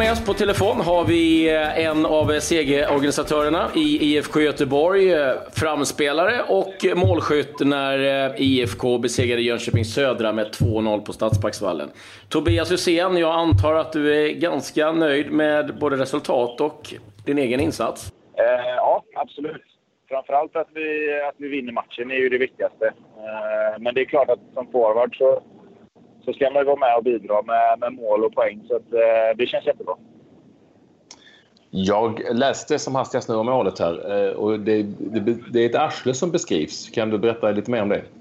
med oss på telefon har vi en av segerorganisatörerna i IFK Göteborg, framspelare och målskytt när IFK besegrade Jönköping Södra med 2-0 på Stadsparksvallen. Tobias Hysén, jag antar att du är ganska nöjd med både resultat och din egen insats? Ja, absolut. Framförallt att vi vinner matchen är ju det viktigaste. Men det är klart att som forward så ska man ju vara med och bidra med mål och poäng. Så att, det känns jättebra. Jag läste som hastigast nu om målet här. Och det är ett arsle som beskrivs. Kan du berätta lite mer om det?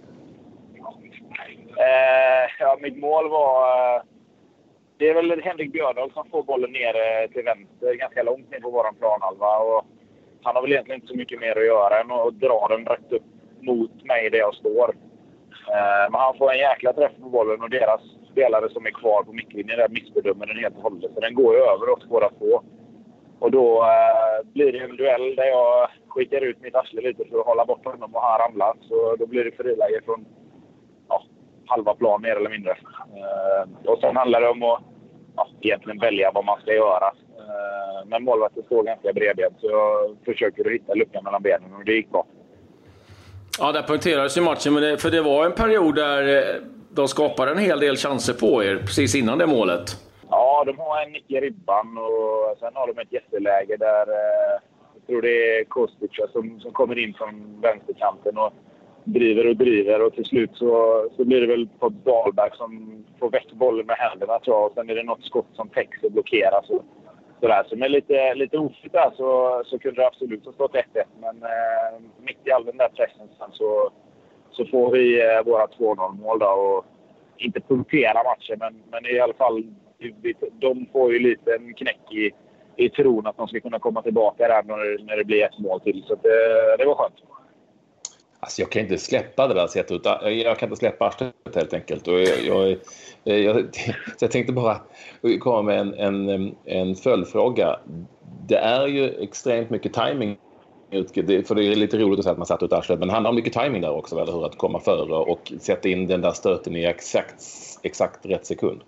Ja, mitt mål var... Det är väl Henrik Björdahl som får bollen ner till vänster. Ganska långt ner på våran planhalva. Och han har väl egentligen inte så mycket mer att göra än att dra den rätt upp mot mig där jag står. Men han får en jäkla träff på bollen och deras spelare som är kvar på mittlinjen där missbedömer den helt och hållet. Så den går ju över oss båda två. Och då blir det en duell där jag skickar ut mitt arsle lite för att hålla bort honom och han ramlar. Så då blir det friläge från halva plan mer eller mindre. Och sen handlar det om att egentligen välja vad man ska göra. Men målvakten står ganska bredbent så jag försöker att hitta luckan mellan benen och det gick bra. Ja, där poängterades ju matchen, för det var en period där de skapade en hel del chanser på er precis innan det målet. Ja, de har en nick i ribban och sen har de ett jätteläge där jag tror det är Kostica som kommer in från vänsterkanten och driver och till slut så blir det väl på Dahlberg som får väck bollen med händerna tror jag. Och sen är det något skott som täcks och blockeras. Så med lite oflytt där så kunde det absolut ha stått 1-1. Men mitt i all den där pressen så får vi våra 2-0-mål då och inte punktera matchen. Men i alla fall, de får ju lite en knäck i tron att de ska kunna komma tillbaka där när det blir ett mål till. Så det var skönt. Alltså jag kan inte släppa det där sättet. Jag kan inte släppa arslet helt enkelt. Och så jag tänkte bara komma med en följdfråga. Det är ju extremt mycket timing. För det är lite roligt att säga att man satt ut arslet. Men det handlar om mycket timing där också. Eller hur? Att komma före och sätta in den där stöten i exakt rätt sekund.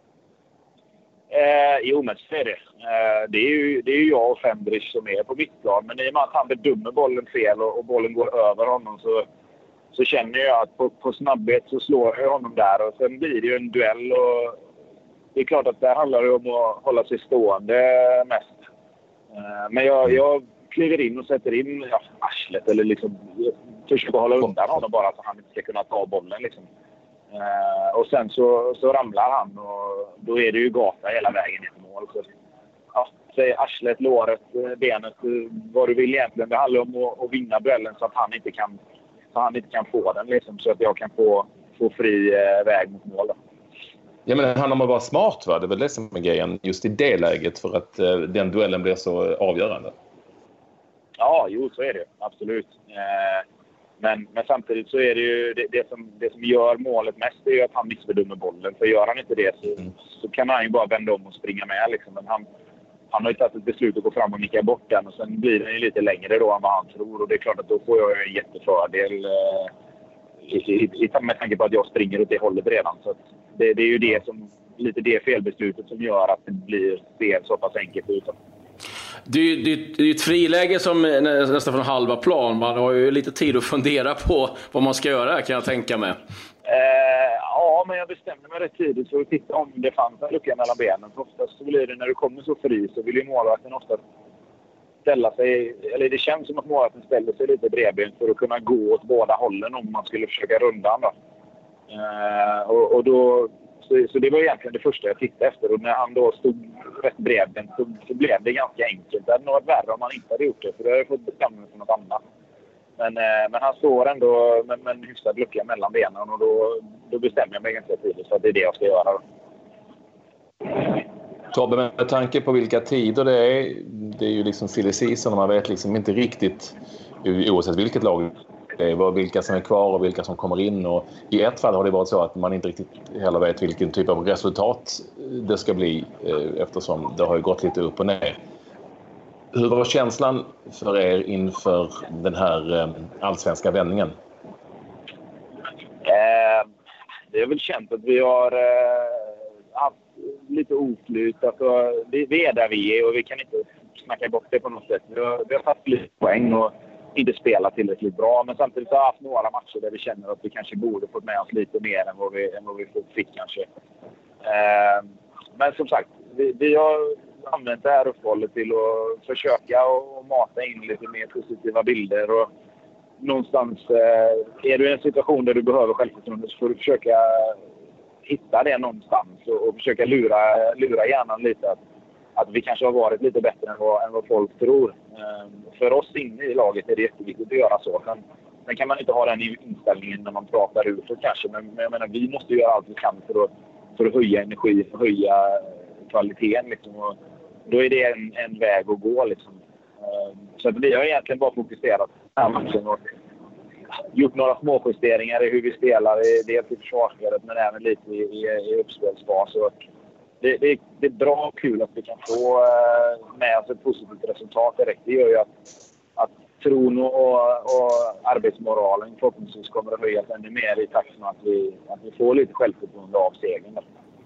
Jo, men så är det. Det är ju jag och Fendrich som är på mittplan. Men i och med att han bedömer bollen fel och bollen går över honom så känner jag att på snabbhet så slår jag honom där. Och sen blir det ju en duell. Och det är klart att det handlar om att hålla sig stående mest. Men jag kliver in och sätter in arslet. Eller liksom försöker hålla undan honom bara så han inte ska kunna ta bollen liksom. Och sen så ramlar han och då är det ju gata hela vägen ner till mål. Så, säg arslet, låret, benet, vad du vill egentligen. Det handlar om att vinna duellen så att han inte kan få den liksom, så att jag kan få fri väg mot mål. Då. Ja, men det handlar om att vara smart, va? Det är väl det som är grejen just i det läget för att den duellen blir så avgörande. Ja, jo, så är det. Absolut. Men samtidigt så är det ju det som gör målet mest är ju att han missbedömer bollen. För gör han inte det så kan han ju bara vända om och springa med. Liksom. Men han har ju tagit ett beslut att gå fram och nicka bort den. Och sen blir den ju lite längre då än vad han tror. Och det är klart att då får jag en jättefördel med tanke på att jag springer åt det hållet redan. Så att det är ju lite det felbeslutet som gör att det blir spel så pass enkelt utan. Det är ju ett friläge som nästan från halva plan. Man har ju lite tid att fundera på vad man ska göra, kan jag tänka mig. Ja, men jag bestämde mig rätt tidigt för att titta om det fanns en lucka mellan benen. För oftast så blir det när du kommer så fri så vill ju målvakten ofta ställa sig, eller det känns som att målvakten ställer sig lite bredbent för att kunna gå åt båda hållen om man skulle försöka runda han då. Och då så det var egentligen det första jag tittade efter. Och när han då stod rätt bredbent så blev det ganska enkelt. Det hade nog varit värre om han inte hade gjort det. För då hade jag fått bestämma mig för något annat. Men han står ändå med en hyfsad lucka mellan benen. Och då bestämmer jag mig ganska tidigt för att det är det jag ska göra. Då. Tobbe, med tanke på vilka tider det är ju liksom silly season och man vet liksom inte riktigt, oavsett vilket lag det är, vilka som är kvar och vilka som kommer in. Och i ett fall har det varit så att man inte riktigt heller vet vilken typ av resultat det ska bli eftersom det har ju gått lite upp och ner. Hur var känslan för er inför den här allsvenska vändningen? Det är väl känt att vi har haft lite oflyt. Alltså, vi är där vi är och vi kan inte snacka bort det på något sätt. Vi har fått lite poäng och inte spelat tillräckligt bra. Men samtidigt har vi haft några matcher där vi känner att vi kanske borde fått med oss lite mer än vad vi fick kanske. Men som sagt, vi har använt det här uppehållet till att försöka och mata in lite mer positiva bilder. Och någonstans är du i en situation där du behöver självförtroende, så får du försöka hitta det någonstans och försöka lura hjärnan lite att vi kanske har varit lite bättre än vad folk tror. För oss inne i laget är det jätteviktigt att göra så. Sen kan man inte ha den inställningen när man pratar utåt kanske. Men jag menar, vi måste göra allt vi kan för att höja energi och höja kvaliteten. Liksom. Och då är det en väg att gå. Liksom. Så att vi har egentligen bara fokuserat på den här matchen och gjort några små justeringar i hur vi spelar. Dels i försvarsspelet men även lite i uppspelsfas. Det är bra och kul att vi kan få med oss ett positivt resultat direkt. Det gör ju att tron och arbetsmoralen förhoppningsvis kommer att höjas ännu mer i takt med att vi får lite självförtroende av segern.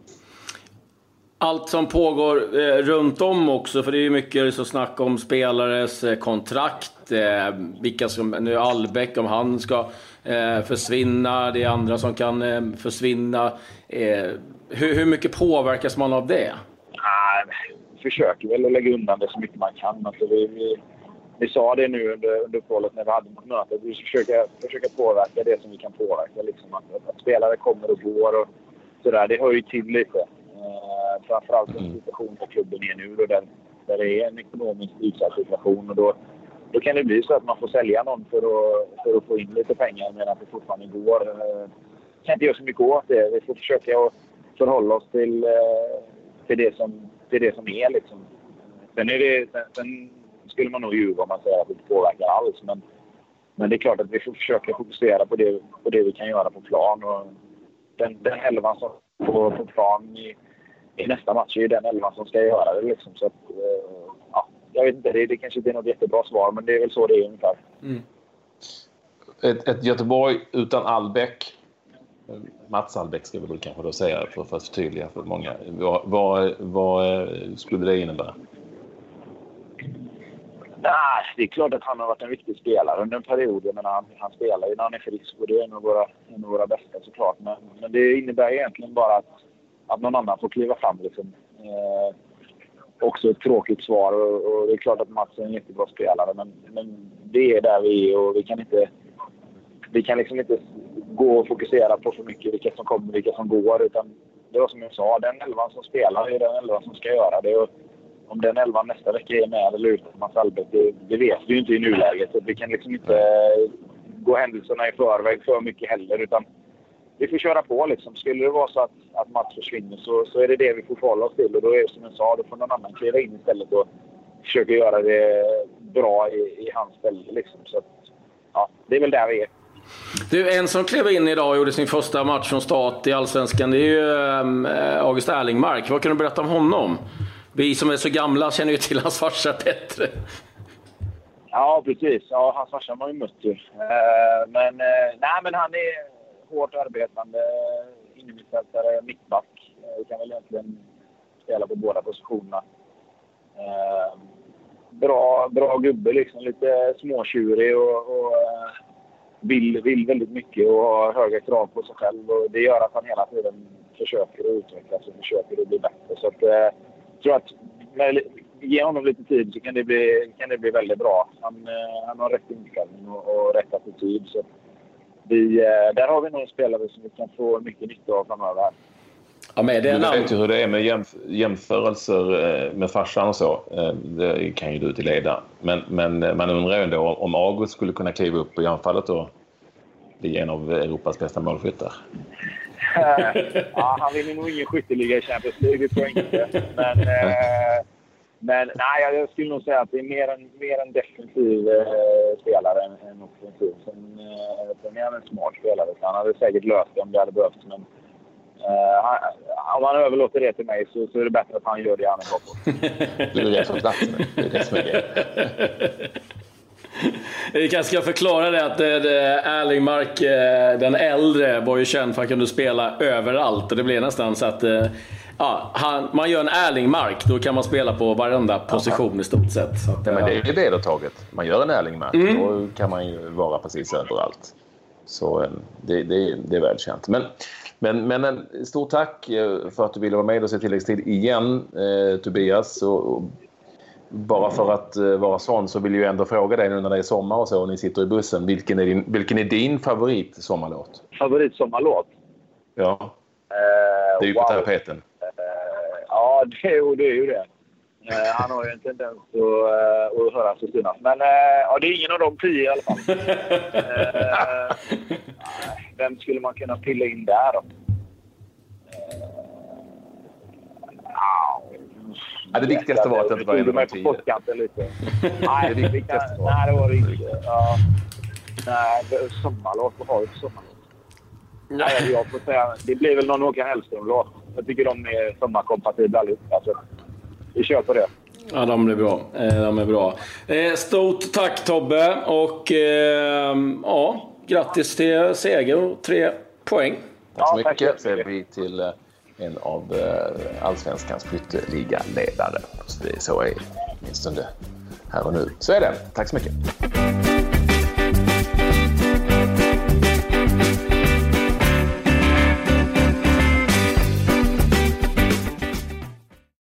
Allt som pågår runt om också, för det är ju mycket så snack om spelares kontrakt, vilka som, nu Albeck, om han ska försvinna, det är andra som kan försvinna. Hur mycket påverkas man av det? Vi försöker väl att lägga undan det så mycket man kan. Alltså vi sa det nu under uppehållet när vi hade något möte. Vi försöka påverka det som vi kan påverka. Liksom att spelare kommer och går och sådär. Det hör ju till lite. Framförallt en situation där klubben är nu då där det är en ekonomiskt utsatt situation. Och då kan det bli så att man får sälja någon för att få in lite pengar medan det fortfarande går. Kan inte göra så mycket åt det. Vi får försöka att förhålla oss till det som är liksom. Sen skulle man nog ljuga om man säger att det inte påverkar alls. Men det är klart att vi får försöka fokusera på det vi kan göra på plan. Och den elvan som på plan i nästa match är ju den elvan som ska göra det liksom. Så att, jag vet inte, det kanske inte är något jättebra svar, men det är väl så det är ungefär. Ett Göteborg utan Albeck, Mats Albeck ska vi väl kanske då säga för att förtydliga för många. Vad skulle det innebära? Nej, det är klart att han har varit en viktig spelare under en period. Men han spelar ju när han är frisk och det är en av våra bästa såklart. Men det innebär egentligen bara att någon annan får kliva fram liksom. Också ett tråkigt svar och det är klart att Mats är en jättebra spelare. Men det är där vi är och vi kan liksom inte gå och fokusera på för mycket vilka som kommer och vilka som går. Utan det var som jag sa, den elvan som spelar är den elvan som ska göra det. Och om den elvan nästa vecka är med eller utan Mats Albeck, det vet vi ju inte i nuläget. Så vi kan liksom inte gå händelserna i förväg för mycket heller. Utan vi får köra på liksom. Skulle det vara så att Mats försvinner så är det vi får förhålla oss till. Och då är det som jag sa, då får någon annan kliva in istället och försöka göra det bra i hans ställe liksom. Så att, ja, det är väl där vi är. Du, en som klev in idag och gjorde sin första match från start i Allsvenskan, det är ju August Erlingmark. Vad kan du berätta om honom? Vi som är så gamla känner ju till hans farsa bättre. Ja, precis. Ja, hans farsa var ju mött ju. Men han är hårt arbetande innermittfältare, mittback. Vi kan väl egentligen spela på båda positionerna. Bra gubbe liksom. Lite småtjurig och vill väldigt mycket och har höga krav på sig själv. Och det gör att han hela tiden försöker att utvecklas och försöker att bli bättre. Så att, jag tror att ge honom lite tid så kan det bli väldigt bra. Han har rätt inställning och rätt attityd. Så där har vi nog spelare som vi kan få mycket nytta av framöver. Ja, men du vet ju hur det är med jämförelser med farsan och så. Det kan ju du till leda. Men man undrar ju ändå om August skulle kunna kliva upp i anfallet och bli en av Europas bästa målskyttar. Ja, han vinner nog ingen skytteliga i Champions League, det tror jag inte. Men nej, jag skulle nog säga att det är mer en defensiv spelare än offensiv. Sen är han en smart spelare. Så han hade säkert löst det om det hade behövts. Men om han överlåter det till mig så är det bättre att han gör det han är bra på. Du är rätt för platsen. Det är det som är det. Vi kanske ska förklara det att Erlingmark, den äldre, var ju känd för att kunna spela överallt. Och det blev nästan så att man gör en Erlingmark, då kan man spela på varenda position i stort sett. Så att, men det är vedertaget. Man gör en Erlingmark, då kan man ju vara precis överallt. Så det är välkänt. Men en stort tack för att du ville vara med och se tilläggstid igen, Tobias. Och bara för att vara sån så vill jag ändå fråga dig nu när det är sommar och så och ni sitter i bussen. Vilken är din favoritsommarlåt? Favoritsommarlåt? Ja. Det är ju på tapeten. Ja, det är ju det. Han har ju en tendens att höra så synas. Men det är ingen av de 10 i alla fall. Vem skulle man kunna pilla in där då? Det viktigaste var att det inte var en av de 10. Nej, det viktigaste var. Nej, det var det inte. Nej, sommarlåt. Vad har vi för sommarlåt? Nej, jag får säga, det blir väl någon Håkan Hellström-låt. Jag tycker de är sommarkompatibla allihopa. Alltså, vi kör på det. Ja, de är bra. De är bra. Stort tack Tobbe. Och grattis till seger och 3 poäng. Tack så mycket. Så är vi till en av Allsvenskans skytteligaledare. Så är åtminstone här och nu. Så är det. Tack så mycket.